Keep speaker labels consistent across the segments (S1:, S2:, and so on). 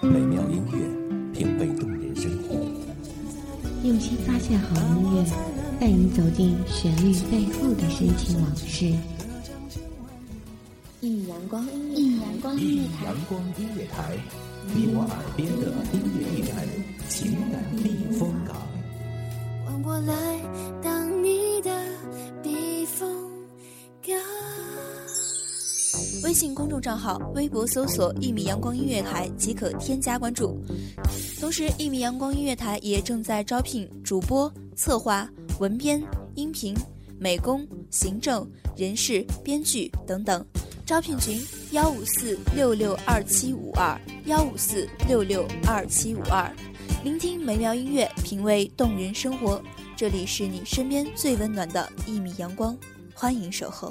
S1: 美妙音乐，品味动人生活。
S2: 用心发现好音乐，带你走进旋律背后的深情往事。
S3: 一米阳光音乐台，你我耳边的音乐驿站，情感避风港。
S4: 换我来当你的避风港。
S5: 微信公众账号、微博搜索“一米阳光音乐台”即可添加关注。同时，一米阳光音乐台也正在招聘主播、策划、文编、音频、美工、行政、人事、编剧等等。招聘群154662752，154662752。聆听美妙音乐，品味动人生活。这里是你身边最温暖的一米阳光，欢迎守候。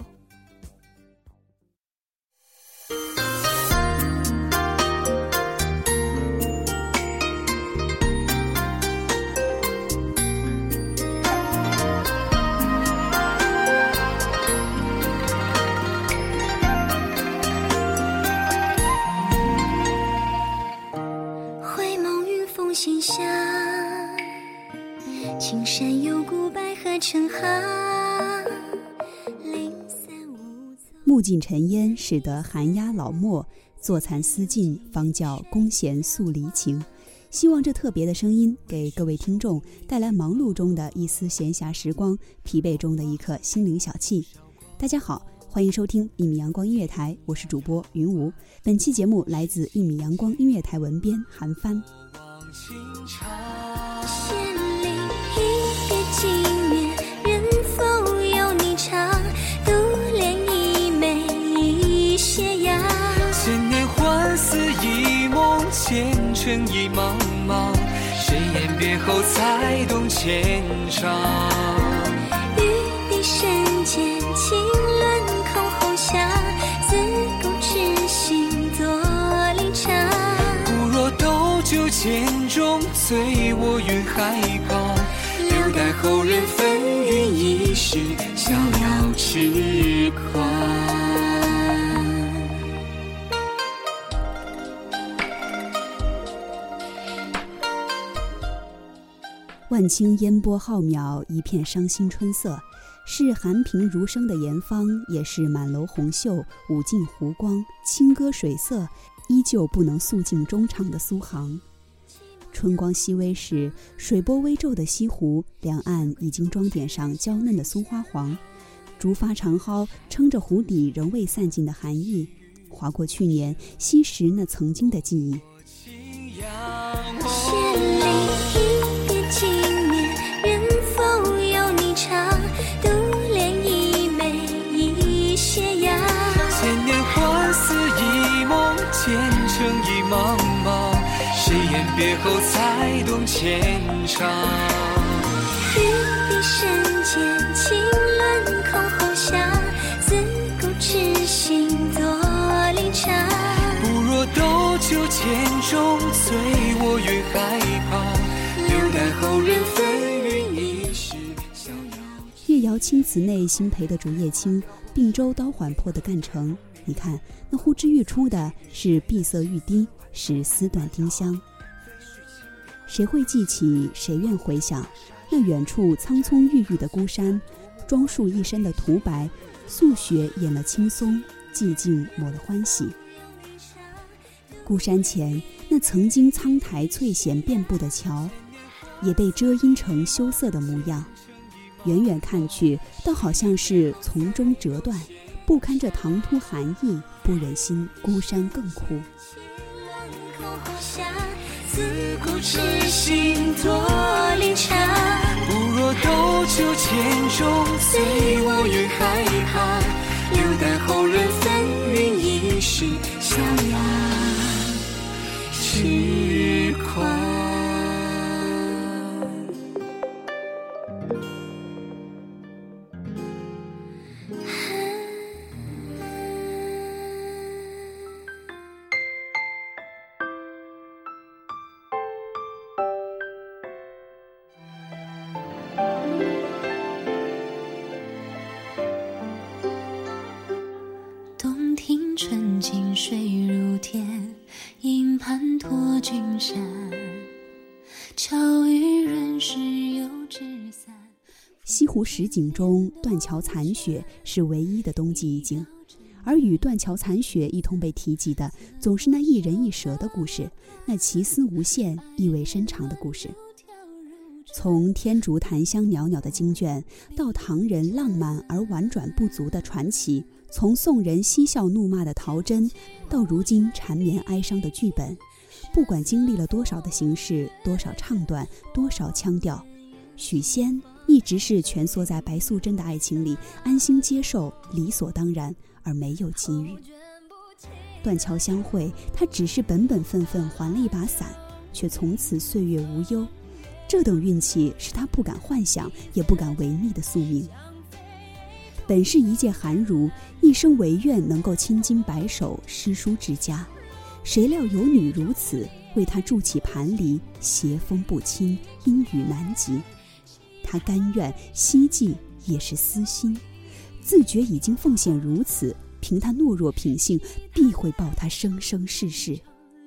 S4: 心下，青山有古白鹤成行。
S6: 木尽尘烟，使得寒鸦老墨；坐残思尽，方教弓弦诉离情。希望这特别的声音给各位听众带来忙碌中的一丝闲暇时光，疲惫中的一颗心灵小憩。大家好，欢迎收听一米阳光音乐台，我是主播云无。本期节目来自一米阳光音乐台文编韩帆。
S4: 千里一别经年，人否有你长？独怜一眉一斜阳。
S7: 千年幻似一梦，前尘已茫茫。谁言别后才懂前场？
S4: 玉笛深间，轻轮空红霞。自古痴心作离场。
S7: 不若斗酒千中，醉我云海旁。留待后人纷纭一世，逍遥痴狂。
S6: 万顷烟波浩渺，一片伤心春色，是寒平如生的严芳，也是满楼红袖，舞尽湖光，清歌水色，依旧不能诉尽衷肠的苏杭。春光熹微时，水波微皱的西湖两岸已经装点上娇嫩的松花黄，竹筏长蒿撑着湖底仍未散尽的寒意，划过去年昔时那曾经的记忆。
S4: 千里一别经年，人否有你长？独怜一眉一斜阳。
S7: 千年幻似一梦，前尘已茫茫。谁言别后才懂前场？
S4: 玉笛深间，轻轮空红霞。自古痴心作离场。
S7: 不若斗酒千中，醉我云海旁。留待后人纷纭一世，逍遥。
S6: 月摇青瓷内新培的竹叶青，并州刀缓破的干城。你看，那呼之欲出的是碧色玉滴，是丝缎丁香。谁会记起，谁愿回想，那远处苍葱郁郁的孤山，装束一身的涂白，素雪掩了青松，寂静抹了欢喜。孤山前那曾经苍苔翠藓遍布的桥，也被遮阴成羞涩的模样。远远看去，倒好像是从中折断，不堪这唐突寒意，不忍心孤山更苦。
S4: 自古痴心作离场。
S7: 不若斗酒千中，醉我云海旁。留待后人纷纭一世，逍遥痴狂。
S4: 春尽水如天，银盘托举
S6: 西湖十景中，断桥残雪是唯一的冬季意境，而与断桥残雪一同被提及的，总是那一人一蛇的故事，那奇思无限、意味深长的故事。从天竺檀香袅袅的经卷，到唐人浪漫而婉转不足的传奇，从宋人嬉笑怒骂的陶真，到如今缠绵哀伤的剧本，不管经历了多少的形式，多少唱段，多少腔调，许仙一直是蜷缩在白素贞的爱情里，安心接受理所当然，而没有给予。断桥相会，他只是本本分分还了一把伞，却从此岁月无忧。这等运气是他不敢幻想也不敢违逆的宿命。本是一介寒儒，一生唯愿能够青筋白首，诗书之家，谁料有女如此，为他筑起盘篱，斜风不侵，阴雨难及。他甘愿希冀，也是私心，自觉已经奉献如此，凭他懦弱品性，必会报他生生世世。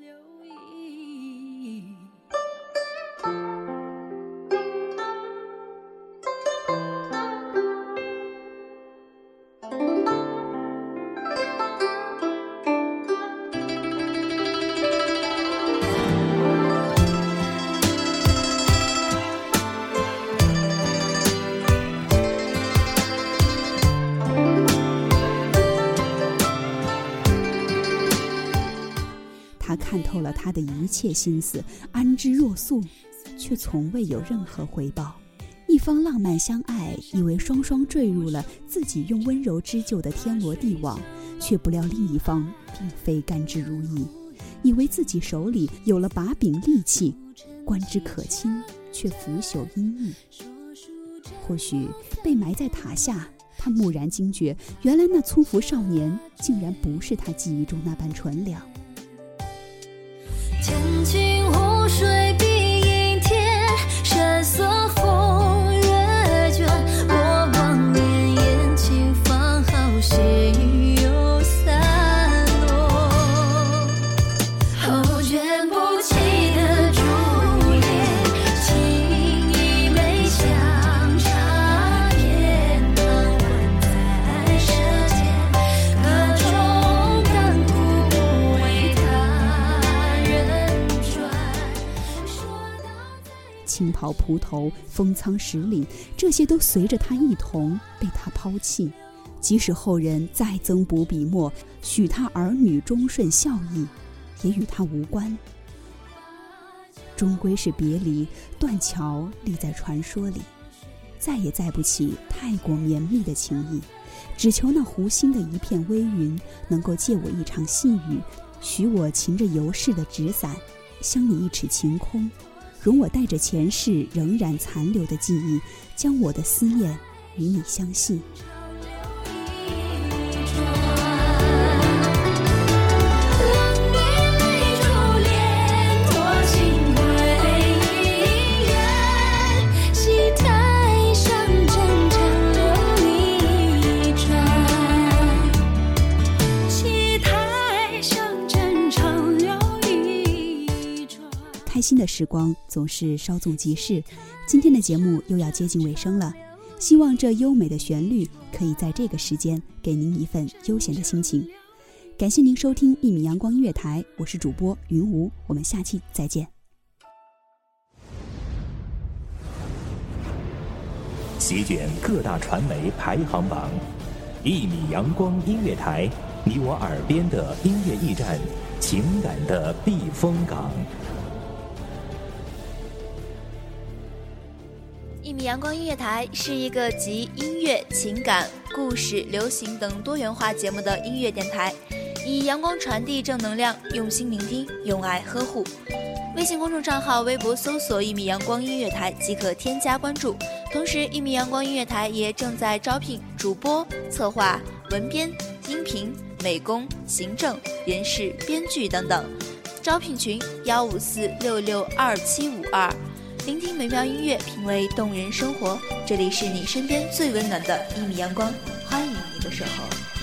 S6: 他看透了他的一切心思，安之若素，却从未有任何回报。一方浪漫相爱，以为双双坠入了自己用温柔织就的天罗地网，却不料另一方并非甘之如饴，以为自己手里有了把柄利器，观之可亲，却腐朽阴翳。或许被埋在塔下，他蓦然惊觉，原来那粗服少年竟然不是他记忆中那般纯良。
S4: 天晴湖水碧映天，山色风月卷，我望念眼睛放好心又散落，后卷不起的珠帘，情意美香茶叶，能混在舌尖，各种甘苦不为他人转。
S6: 青袍蒲头，风苍石岭，这些都随着他一同被他抛弃。即使后人再增补笔墨，许他儿女忠顺孝义，也与他无关。终归是别离，断桥立在传说里，再也载不起太过绵密的情谊。只求那湖心的一片微云，能够借我一场细雨，许我擎着游逝的纸伞，相你一尺晴空，容我带着前世仍然残留的记忆，将我的思念与你相系。开心的时光总是稍纵即逝，今天的节目又要接近尾声了，希望这优美的旋律可以在这个时间给您一份悠闲的心情。感谢您收听1米阳光音乐台，我是主播云无，我们下期再见。
S3: 席卷各大传媒排行榜，1米阳光音乐台，你我耳边的音乐驿站，情感的避风港。
S5: 1米阳光音乐台是一个集音乐、情感、故事、流行等多元化节目的音乐电台，以阳光传递正能量，用心聆听，用爱呵护。微信公众账号、微博搜索1米阳光音乐台即可添加关注。同时1米阳光音乐台也正在招聘主播、策划、文编、音频、美工、行政、人事、编剧等等，招聘群154662752。聆听美妙音乐，品味动人生活，这里是你身边最温暖的1米阳光，欢迎你的守候。